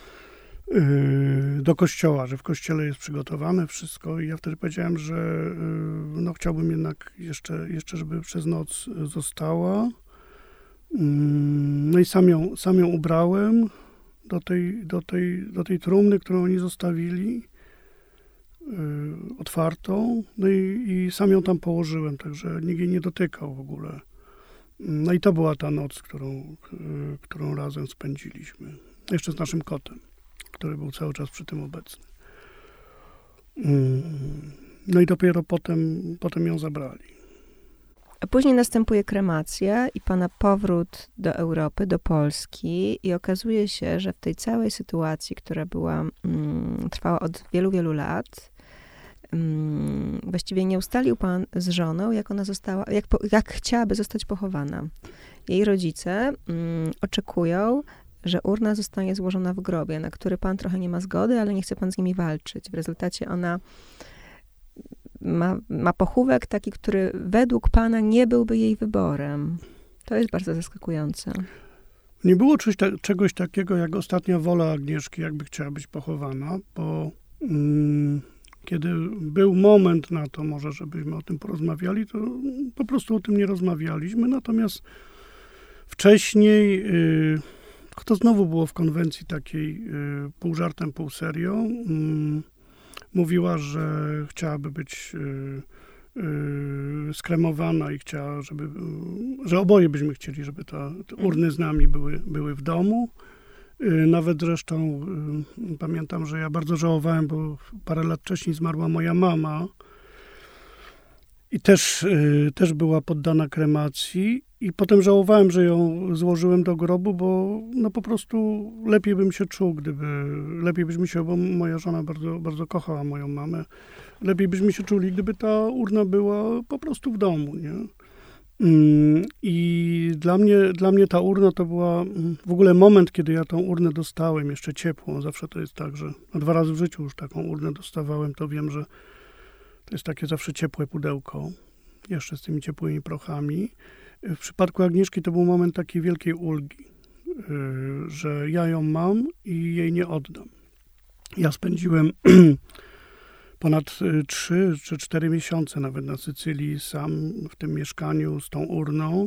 do kościoła, że w kościele jest przygotowane wszystko i ja wtedy powiedziałem, że no chciałbym jednak jeszcze, jeszcze żeby przez noc została. No i sam ją, sam ją ubrałem do tej, do tej, do tej trumny, którą oni zostawili. Otwartą, no i, i sam ją tam położyłem, także nikt jej nie dotykał w ogóle. No i to była ta noc, którą, którą razem spędziliśmy. Jeszcze z naszym kotem, który był cały czas przy tym obecny. No i dopiero potem, potem ją zabrali. A później następuje kremacja i pana powrót do Europy, do Polski i okazuje się, że w tej całej sytuacji, która była, mm, trwała od wielu, wielu lat, mm, właściwie nie ustalił pan z żoną, jak ona została, jak, jak chciałaby zostać pochowana. Jej rodzice mm, oczekują, że urna zostanie złożona w grobie, na który pan trochę nie ma zgody, ale nie chce pan z nimi walczyć. W rezultacie ona Ma, ma pochówek taki, który według pana nie byłby jej wyborem. To jest bardzo zaskakujące. Nie było czegoś, ta, czegoś takiego jak ostatnia wola Agnieszki, jakby chciała być pochowana, bo mm, kiedy był moment na to może, żebyśmy o tym porozmawiali, to po prostu o tym nie rozmawialiśmy. Natomiast wcześniej, yy, to znowu było w konwencji takiej yy, pół żartem, pół serio, yy, mówiła, że chciałaby być y, y, skremowana i chciała, żeby, y, że oboje byśmy chcieli, żeby ta, te urny z nami były, były w domu. Y, nawet zresztą y, pamiętam, że ja bardzo żałowałem, bo parę lat wcześniej zmarła moja mama i też, y, też była poddana kremacji I potem żałowałem, że ją złożyłem do grobu, bo no po prostu lepiej bym się czuł, gdyby, lepiej byśmy się, bo moja żona bardzo, bardzo kochała moją mamę, lepiej byśmy się czuli, gdyby ta urna była po prostu w domu, nie? I dla mnie, dla mnie ta urna to była w ogóle moment, kiedy ja tą urnę dostałem, jeszcze ciepłą. Zawsze to jest tak, że no dwa razy w życiu już taką urnę dostawałem, to wiem, że to jest takie zawsze ciepłe pudełko, jeszcze z tymi ciepłymi prochami. W przypadku Agnieszki to był moment takiej wielkiej ulgi, że ja ją mam i jej nie oddam. Ja spędziłem ponad trzy czy cztery miesiące nawet na Sycylii sam w tym mieszkaniu z tą urną.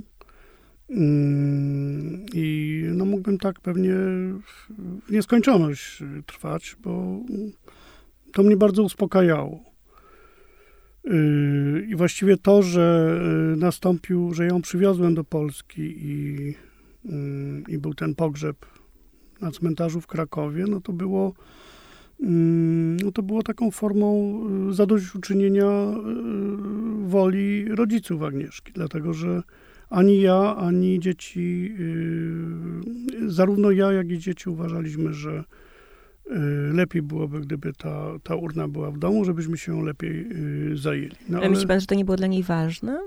I no mógłbym tak pewnie w nieskończoność trwać, bo to mnie bardzo uspokajało. I właściwie to, że nastąpił, że ją przywiozłem do Polski i, i był ten pogrzeb na cmentarzu w Krakowie, no to było no to było taką formą zadośćuczynienia woli rodziców Agnieszki, dlatego że ani ja, ani dzieci, zarówno ja, jak i dzieci uważaliśmy, że lepiej byłoby, gdyby ta, ta urna była w domu, żebyśmy się ją lepiej zajęli. No, ale myśli pan, że to nie było dla niej ważne?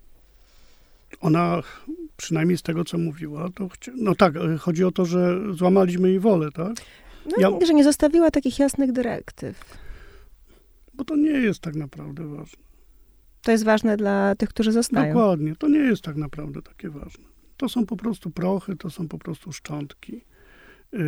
Ona, przynajmniej z tego, co mówiła, to chcia... no tak, chodzi o to, że złamaliśmy jej wolę, tak? No, ja... że nie zostawiła takich jasnych dyrektyw. Bo to nie jest tak naprawdę ważne. To jest ważne dla tych, którzy zostają. Dokładnie. To nie jest tak naprawdę takie ważne. To są po prostu prochy, to są po prostu szczątki. Yy...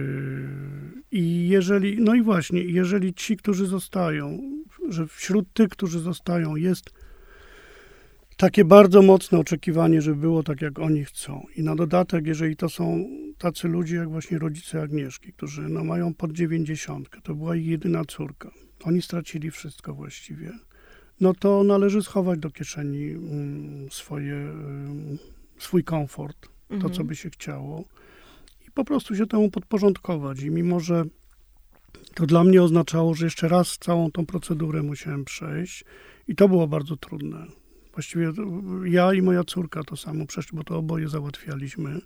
I jeżeli, no i właśnie, jeżeli ci, którzy zostają, że wśród tych, którzy zostają, jest takie bardzo mocne oczekiwanie, żeby było tak, jak oni chcą. I na dodatek, jeżeli to są tacy ludzie, jak właśnie rodzice Agnieszki, którzy no, mają pod dziewięćdziesiątkę, to była ich jedyna córka. Oni stracili wszystko właściwie. No to należy schować do kieszeni um, swoje, um, swój komfort, mhm. to, co by się chciało. I po prostu się temu podporządkować. I mimo, że to dla mnie oznaczało, że jeszcze raz całą tą procedurę musiałem przejść. I to było bardzo trudne. Właściwie ja i moja córka to samo przeszli, bo to oboje załatwialiśmy.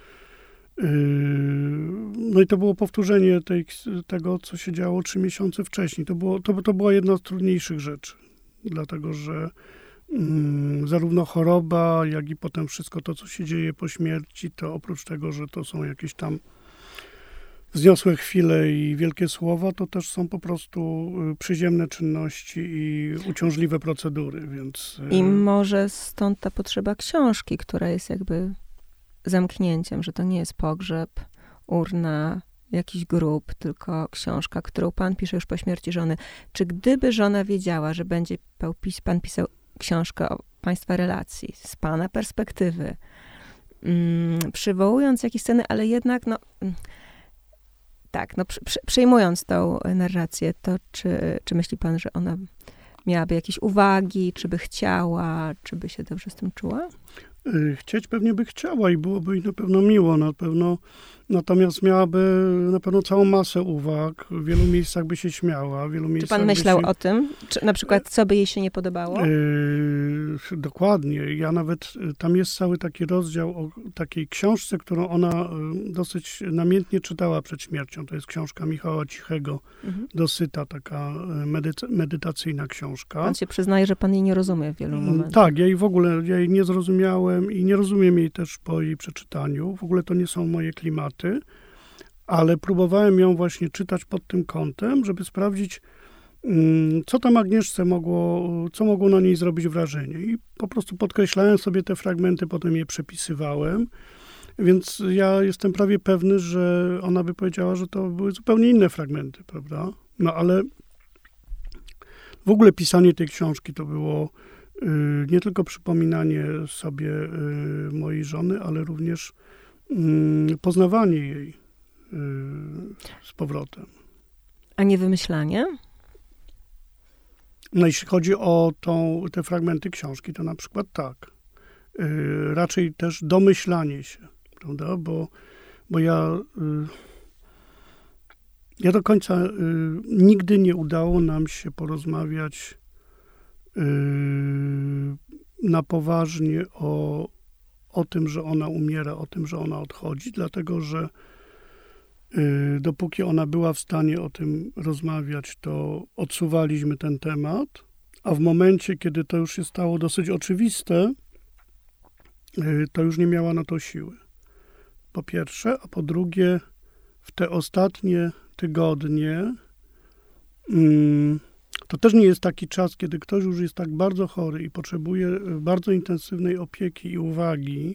No i to było powtórzenie tej, tego, co się działo trzy miesiące wcześniej. To, było, to, to była jedna z trudniejszych rzeczy, dlatego że um, zarówno choroba, jak i potem wszystko to, co się dzieje po śmierci, to oprócz tego, że to są jakieś tam wzniosłe chwile i wielkie słowa, to też są po prostu przyziemne czynności i uciążliwe procedury, więc... I może stąd ta potrzeba książki, która jest jakby zamknięciem, że to nie jest pogrzeb, urna, jakiś grób, tylko książka, którą pan pisze już po śmierci żony. Czy gdyby żona wiedziała, że będzie pan pisał książkę o państwa relacji, z pana perspektywy, mm, przywołując jakieś sceny, ale jednak, no... Tak, no przy, przy, przyjmując tą narrację, to czy, czy myśli pan, że ona miałaby jakieś uwagi, czy by chciała, czy by się dobrze z tym czuła? Chcieć pewnie by chciała i byłoby jej na pewno miło, na pewno, natomiast miałaby na pewno całą masę uwag, w wielu miejscach by się śmiała, w wielu Czy miejscach pan myślał się... o tym? Czy na przykład, co by jej się nie podobało? Yy, dokładnie. Ja nawet, tam jest cały taki rozdział o takiej książce, którą ona dosyć namiętnie czytała przed śmiercią. To jest książka Michała Cichego, mhm. Dosyta, taka medyc- medytacyjna książka. Pan się przyznaje, że pan jej nie rozumie w wielu momentach. Tak, ja jej w ogóle, ja jej nie zrozumiałem i nie rozumiem jej też po jej przeczytaniu. W ogóle to nie są moje klimaty, ale próbowałem ją właśnie czytać pod tym kątem, żeby sprawdzić, co tam Agnieszce mogło, co mogło na niej zrobić wrażenie. I po prostu podkreślałem sobie te fragmenty, potem je przepisywałem, więc ja jestem prawie pewny, że ona by powiedziała, że to były zupełnie inne fragmenty, prawda? No ale w ogóle pisanie tej książki to było nie tylko przypominanie sobie mojej żony, ale również poznawanie jej z powrotem. A nie wymyślanie? No jeśli chodzi o tą, te fragmenty książki, to na przykład tak. Raczej też domyślanie się, prawda? Bo, bo ja ja do końca nigdy nie udało nam się porozmawiać na poważnie o, o tym, że ona umiera, o tym, że ona odchodzi, dlatego że y, dopóki ona była w stanie o tym rozmawiać, to odsuwaliśmy ten temat, a w momencie, kiedy to już się stało dosyć oczywiste, y, to już nie miała na to siły. Po pierwsze, a po drugie, w te ostatnie tygodnie mm, to też nie jest taki czas, kiedy ktoś już jest tak bardzo chory i potrzebuje bardzo intensywnej opieki i uwagi.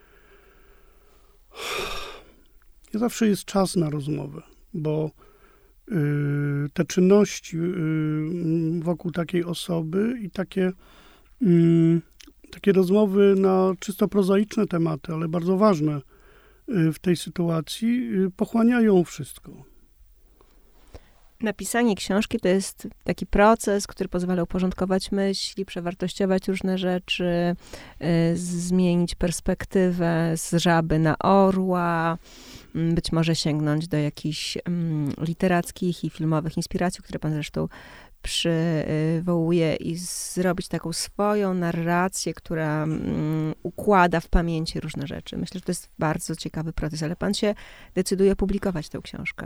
Nie zawsze jest czas na rozmowę, bo y, te czynności y, wokół takiej osoby i takie, y, takie rozmowy na czysto prozaiczne tematy, ale bardzo ważne y, w tej sytuacji, y, pochłaniają wszystko. Napisanie książki to jest taki proces, który pozwala uporządkować myśli, przewartościować różne rzeczy, y, zmienić perspektywę z żaby na orła, y, być może sięgnąć do jakichś y, literackich i filmowych inspiracji, które pan zresztą przywołuje, i zrobić taką swoją narrację, która y, układa w pamięci różne rzeczy. Myślę, że to jest bardzo ciekawy proces, ale pan się decyduje publikować tę książkę.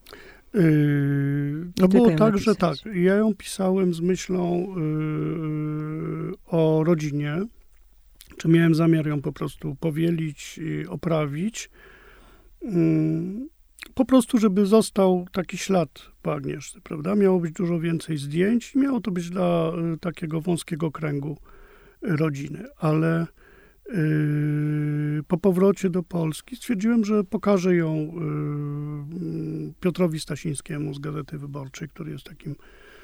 Yy, to było tak, że tak, ja ją pisałem z myślą yy, o rodzinie, czy miałem zamiar ją po prostu powielić, yy, oprawić, yy, po prostu, żeby został taki ślad po Agnieszce, prawda? Miało być dużo więcej zdjęć i miało to być dla yy, takiego wąskiego kręgu yy, rodziny, ale po powrocie do Polski stwierdziłem, że pokażę ją Piotrowi Stasińskiemu z Gazety Wyborczej, który jest takim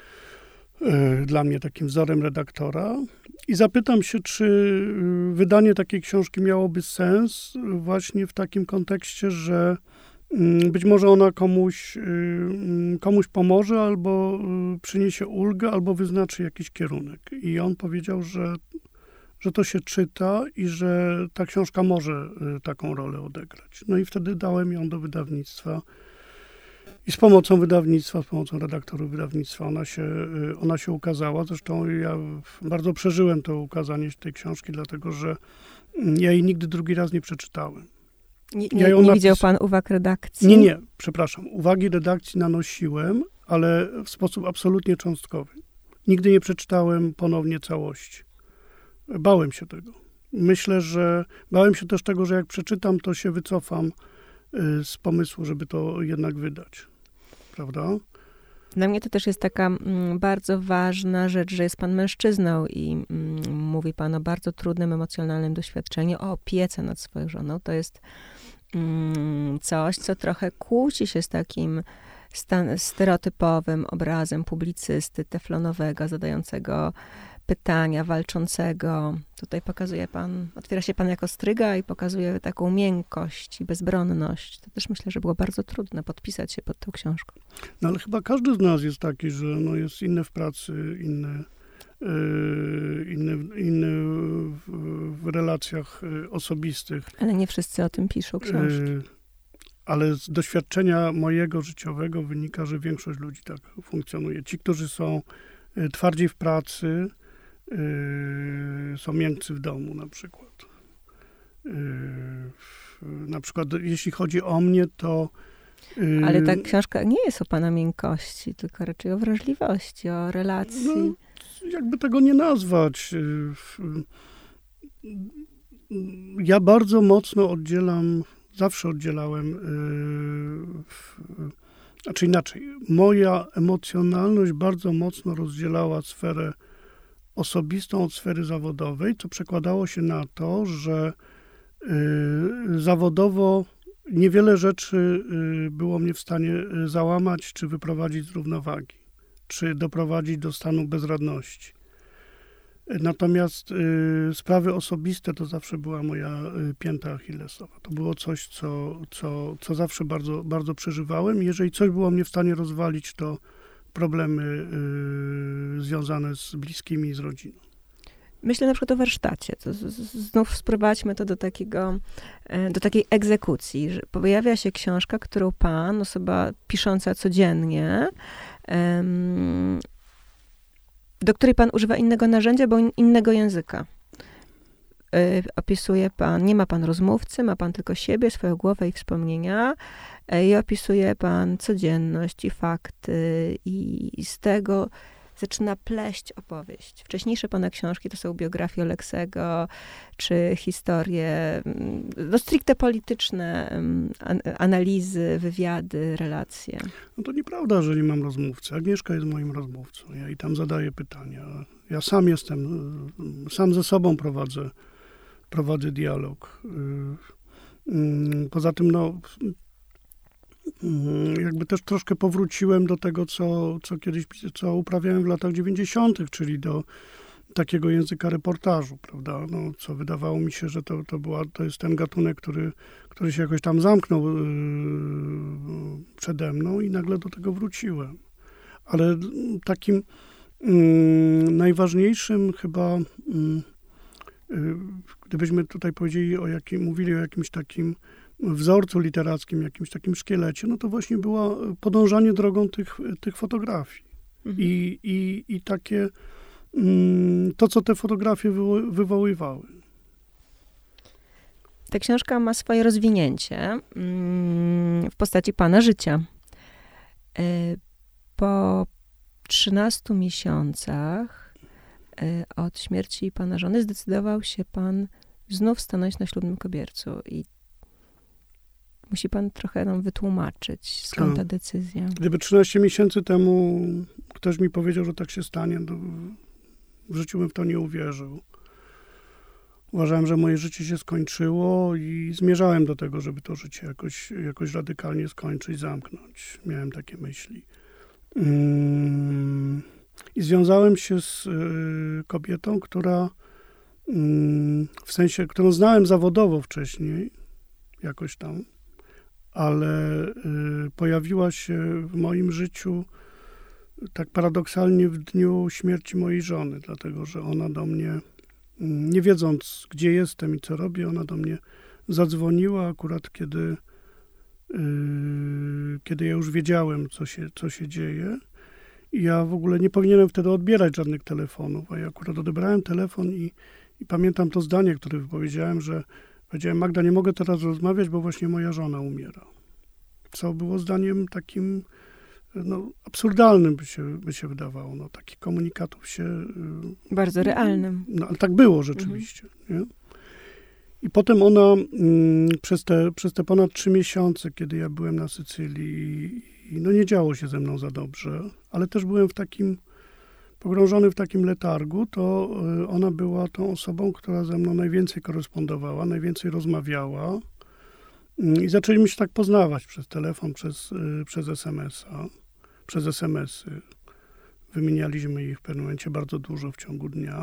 dla mnie takim wzorem redaktora, i zapytam się, czy wydanie takiej książki miałoby sens właśnie w takim kontekście, że być może ona komuś, komuś pomoże, albo przyniesie ulgę, albo wyznaczy jakiś kierunek. I on powiedział, że że to się czyta i że ta książka może taką rolę odegrać. No i wtedy dałem ją do wydawnictwa i z pomocą wydawnictwa, z pomocą redaktorów wydawnictwa ona się, ona się ukazała. Zresztą ja bardzo przeżyłem to ukazanie tej książki, dlatego że ja jej nigdy drugi raz nie przeczytałem. Nie, nie, ja nie napis... widział pan uwag redakcji? Nie, nie, przepraszam. Uwagi redakcji nanosiłem, ale w sposób absolutnie cząstkowy. Nigdy nie przeczytałem ponownie całości. Bałem się tego. Myślę, że bałem się też tego, że jak przeczytam, to się wycofam z pomysłu, żeby to jednak wydać. Prawda? Dla mnie to też jest taka mm, bardzo ważna rzecz, że jest pan mężczyzną i mm, mówi pan o bardzo trudnym emocjonalnym doświadczeniu, o opiece nad swoją żoną. To jest mm, coś, co trochę kłóci się z takim stan- stereotypowym obrazem publicysty teflonowego, zadającego pytania, walczącego. Tutaj pokazuje pan, otwiera się pan jako stryga i pokazuje taką miękkość i bezbronność. To też myślę, że było bardzo trudne podpisać się pod tą książką. No ale chyba każdy z nas jest taki, że no jest inny w pracy, inny, yy, inny, inny w, w relacjach osobistych. Ale nie wszyscy o tym piszą książki. Yy, ale z doświadczenia mojego życiowego wynika, że większość ludzi tak funkcjonuje. Ci, którzy są twardziej w pracy, Yy, są miękcy w domu na przykład. Yy, na przykład jeśli chodzi o mnie, to... Yy, Ale ta książka nie jest o pana miękkości, tylko raczej o wrażliwości, o relacji. No, jakby tego nie nazwać. Yy, yy, ja bardzo mocno oddzielam, zawsze oddzielałem, yy, znaczy inaczej, moja emocjonalność bardzo mocno rozdzielała sferę osobistą od sfery zawodowej, co przekładało się na to, że y, zawodowo niewiele rzeczy y, było mnie w stanie załamać, czy wyprowadzić z równowagi, czy doprowadzić do stanu bezradności. Natomiast y, sprawy osobiste to zawsze była moja y, pięta achillesowa. To było coś, co, co, co zawsze bardzo, bardzo przeżywałem. Jeżeli coś było mnie w stanie rozwalić, to problemy y, związane z bliskimi i z rodziną. Myślę na przykład o warsztacie. To z, z, znów sprowadźmy to do takiego, do takiej egzekucji, że pojawia się książka, którą pan, osoba pisząca codziennie, um, do której pan używa innego narzędzia, bo innego języka. y, opisuje pan, nie ma pan rozmówcy, ma pan tylko siebie, swoją głowę i wspomnienia y, i opisuje pan codzienność i fakty i, i z tego zaczyna pleść opowieść. Wcześniejsze pana książki to są biografie Oleksego, czy historie, no stricte polityczne, an, analizy, wywiady, relacje. No to nieprawda, że nie mam rozmówcy. Agnieszka jest moim rozmówcą. Ja i tam zadaję pytania. Ja sam jestem, sam ze sobą prowadzę, prowadzę dialog. Poza tym, no, jakby też troszkę powróciłem do tego, co, co kiedyś, co uprawiałem w latach dziewięćdziesiątych, czyli do takiego języka reportażu, prawda, no, co wydawało mi się, że to, to, była, to jest ten gatunek, który, który się jakoś tam zamknął yy, przede mną i nagle do tego wróciłem. Ale takim yy, najważniejszym chyba, yy, yy, gdybyśmy tutaj powiedzieli o jakim, mówili o jakimś takim wzorcu literackim, jakimś takim szkielecie, no to właśnie było podążanie drogą tych, tych fotografii. Mhm. I, i, i takie, mm, to, co te fotografie wywo- wywoływały. Ta książka ma swoje rozwinięcie mm, w postaci pana życia. Y, po trzynastu miesiącach y, od śmierci pana żony zdecydował się pan znów stanąć na ślubnym kobiercu i musi pan trochę nam wytłumaczyć, skąd ta decyzja. Gdyby trzynaście miesięcy temu ktoś mi powiedział, że tak się stanie, to w życiu bym w to nie uwierzył. Uważałem, że moje życie się skończyło i zmierzałem do tego, żeby to życie jakoś, jakoś radykalnie skończyć, zamknąć. Miałem takie myśli. I związałem się z kobietą, która w sensie, którą znałem zawodowo wcześniej, jakoś tam, ale y, pojawiła się w moim życiu tak paradoksalnie w dniu śmierci mojej żony, dlatego że ona do mnie, y, nie wiedząc, gdzie jestem i co robię, ona do mnie zadzwoniła akurat, kiedy, y, kiedy ja już wiedziałem, co się, co się dzieje. I ja w ogóle nie powinienem wtedy odbierać żadnych telefonów, a ja akurat odebrałem telefon i, i pamiętam to zdanie, które wypowiedziałem, że powiedziałem: Magda, nie mogę teraz rozmawiać, bo właśnie moja żona umiera. Co było zdaniem takim, no, absurdalnym, by się, by się wydawało. No, takich komunikatów się... Bardzo realnym. No, ale tak było rzeczywiście. Mhm. Nie? I potem ona mm, przez, te, przez te ponad trzy miesiące, kiedy ja byłem na Sycylii, i, no nie działo się ze mną za dobrze, ale też byłem w takim, pogrążony w takim letargu, to ona była tą osobą, która ze mną najwięcej korespondowała, najwięcej rozmawiała i zaczęliśmy się tak poznawać przez telefon, przez, przez es em es a, przez es em esy. Wymienialiśmy ich w pewnym momencie bardzo dużo w ciągu dnia.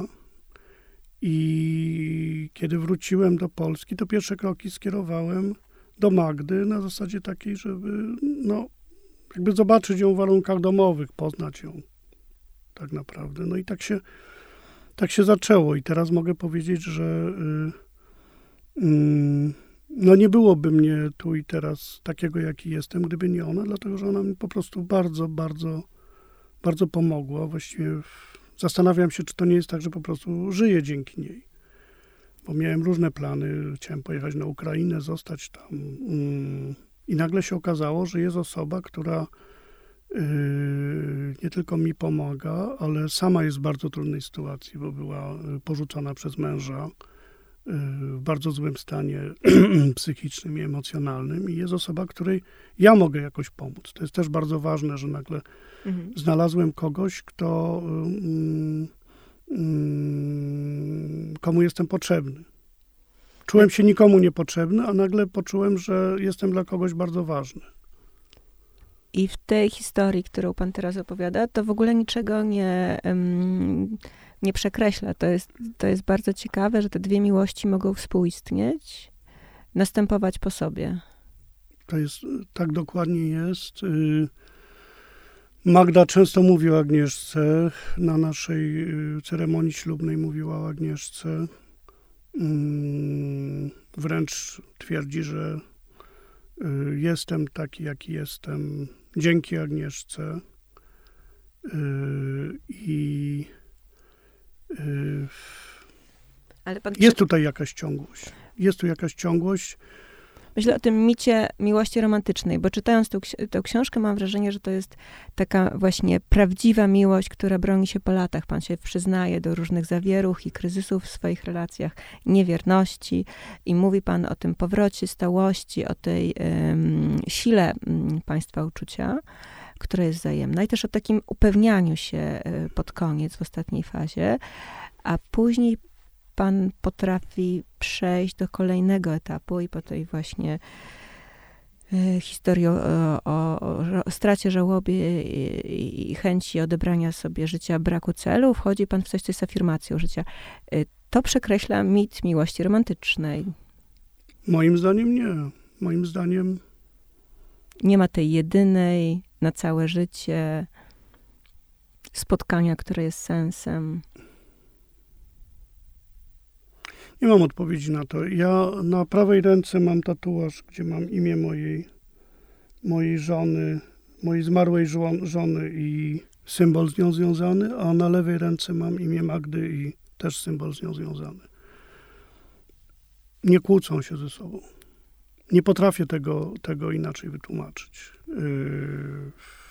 I kiedy wróciłem do Polski, to pierwsze kroki skierowałem do Magdy na zasadzie takiej, żeby no, jakby zobaczyć ją w warunkach domowych, poznać ją tak naprawdę. No i tak się, tak się zaczęło. I teraz mogę powiedzieć, że y, y, no nie byłoby mnie tu i teraz takiego, jaki jestem, gdyby nie ona, dlatego że ona mi po prostu bardzo, bardzo, bardzo pomogła. Właściwie zastanawiam się, czy to nie jest tak, że po prostu żyję dzięki niej. Bo miałem różne plany. Chciałem pojechać na Ukrainę, zostać tam. Y, I nagle się okazało, że jest osoba, która nie tylko mi pomaga, ale sama jest w bardzo trudnej sytuacji, bo była porzucona przez męża w bardzo złym stanie psychicznym i emocjonalnym i jest osoba, której ja mogę jakoś pomóc. To jest też bardzo ważne, że nagle mhm. znalazłem kogoś, kto, komu jestem potrzebny. Czułem się nikomu niepotrzebny, a nagle poczułem, że jestem dla kogoś bardzo ważny. I w tej historii, którą pan teraz opowiada, to w ogóle niczego nie, um, nie przekreśla. To jest, to jest bardzo ciekawe, że te dwie miłości mogą współistnieć, następować po sobie. To jest, tak dokładnie jest. Magda często mówi o Agnieszce. Na naszej ceremonii ślubnej mówiła o Agnieszce. Wręcz twierdzi, że jestem taki, jaki jestem, dzięki Agnieszce. I Ale pan Jest tutaj jakaś ciągłość. Jest tu jakaś ciągłość. Myślę o tym micie miłości romantycznej, bo czytając tę, tę książkę mam wrażenie, że to jest taka właśnie prawdziwa miłość, która broni się po latach. Pan się przyznaje do różnych zawieruch i kryzysów w swoich relacjach, niewierności i mówi pan o tym powrocie, stałości, o tej um, sile um, państwa uczucia, która jest wzajemna i też o takim upewnianiu się y, pod koniec, w ostatniej fazie, a później pan potrafi przejść do kolejnego etapu i po tej właśnie y, historii o, o, o stracie, żałobie i, i chęci odebrania sobie życia, braku celu, wchodzi pan w coś, co jest afirmacją życia. Y, to przekreśla mit miłości romantycznej. Moim zdaniem nie. Moim zdaniem... Nie ma tej jedynej na całe życie spotkania, które jest sensem. Nie mam odpowiedzi na to. Ja na prawej ręce mam tatuaż, gdzie mam imię mojej, mojej żony, mojej zmarłej żo- żony i symbol z nią związany, a na lewej ręce mam imię Magdy i też symbol z nią związany. Nie kłócą się ze sobą. Nie potrafię tego, tego inaczej wytłumaczyć. Yy...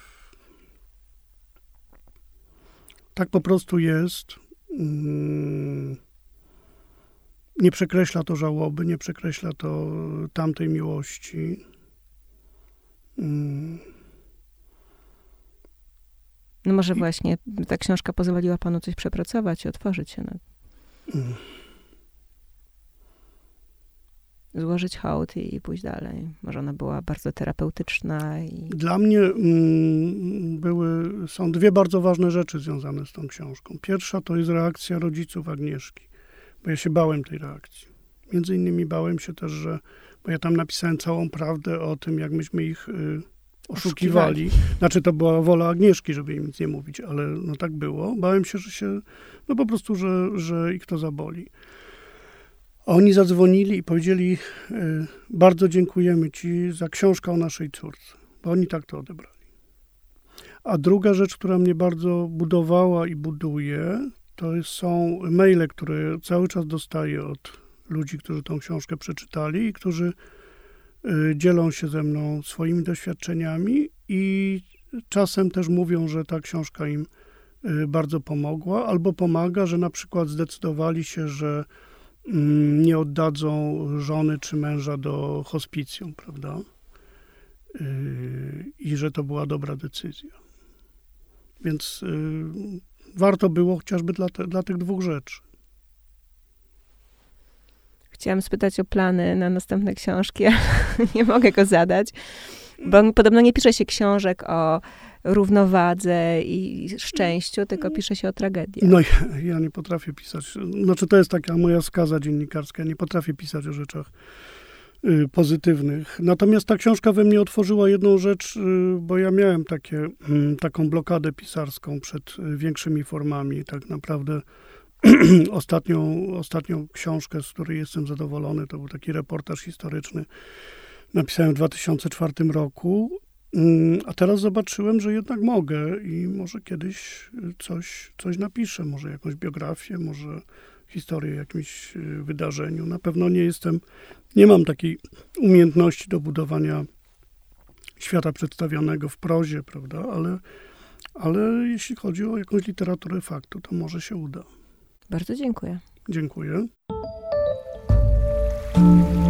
Tak po prostu jest. Yy... Nie przekreśla to żałoby, nie przekreśla to tamtej miłości. Yy... No może I... właśnie ta książka pozwoliła panu coś przepracować i otworzyć się na... Yy. Złożyć hołd i, i pójść dalej. Może ona była bardzo terapeutyczna. I... Dla mnie mm, były, są dwie bardzo ważne rzeczy związane z tą książką. Pierwsza to jest reakcja rodziców Agnieszki, bo ja się bałem tej reakcji. Między innymi bałem się też, że, bo ja tam napisałem całą prawdę o tym, jak myśmy ich y, oszukiwali. Znaczy to była wola Agnieszki, żeby im nic nie mówić, ale no tak było. Bałem się, że się, no po prostu, że, że ich to zaboli. Oni zadzwonili i powiedzieli, y, bardzo dziękujemy ci za książkę o naszej córce, bo oni tak to odebrali. A druga rzecz, która mnie bardzo budowała i buduje, to są maile, które cały czas dostaję od ludzi, którzy tą książkę przeczytali i którzy y, dzielą się ze mną swoimi doświadczeniami i czasem też mówią, że ta książka im y, bardzo pomogła, albo pomaga, że na przykład zdecydowali się, że nie oddadzą żony czy męża do hospicjum, prawda? Yy, I że to była dobra decyzja. Więc yy, warto było chociażby dla, te, dla tych dwóch rzeczy. Chciałam spytać o plany na następne książki, ale nie mogę go zadać, bo podobno nie pisze się książek o równowadze i szczęściu, tylko pisze się o tragedii. No ja, ja nie potrafię pisać. Znaczy to jest taka moja skaza dziennikarska. Ja nie potrafię pisać o rzeczach y, pozytywnych. Natomiast ta książka we mnie otworzyła jedną rzecz, y, bo ja miałem takie, y, taką blokadę pisarską przed y, większymi formami. Tak naprawdę ostatnią, ostatnią książkę, z której jestem zadowolony, to był taki reportaż historyczny. Napisałem w dwa tysiące czwartym roku. A teraz zobaczyłem, że jednak mogę i może kiedyś coś, coś napiszę, może jakąś biografię, może historię o jakimś wydarzeniu. Na pewno nie jestem, nie mam takiej umiejętności do budowania świata przedstawionego w prozie, prawda, ale, ale jeśli chodzi o jakąś literaturę faktu, to może się uda. Bardzo dziękuję. Dziękuję.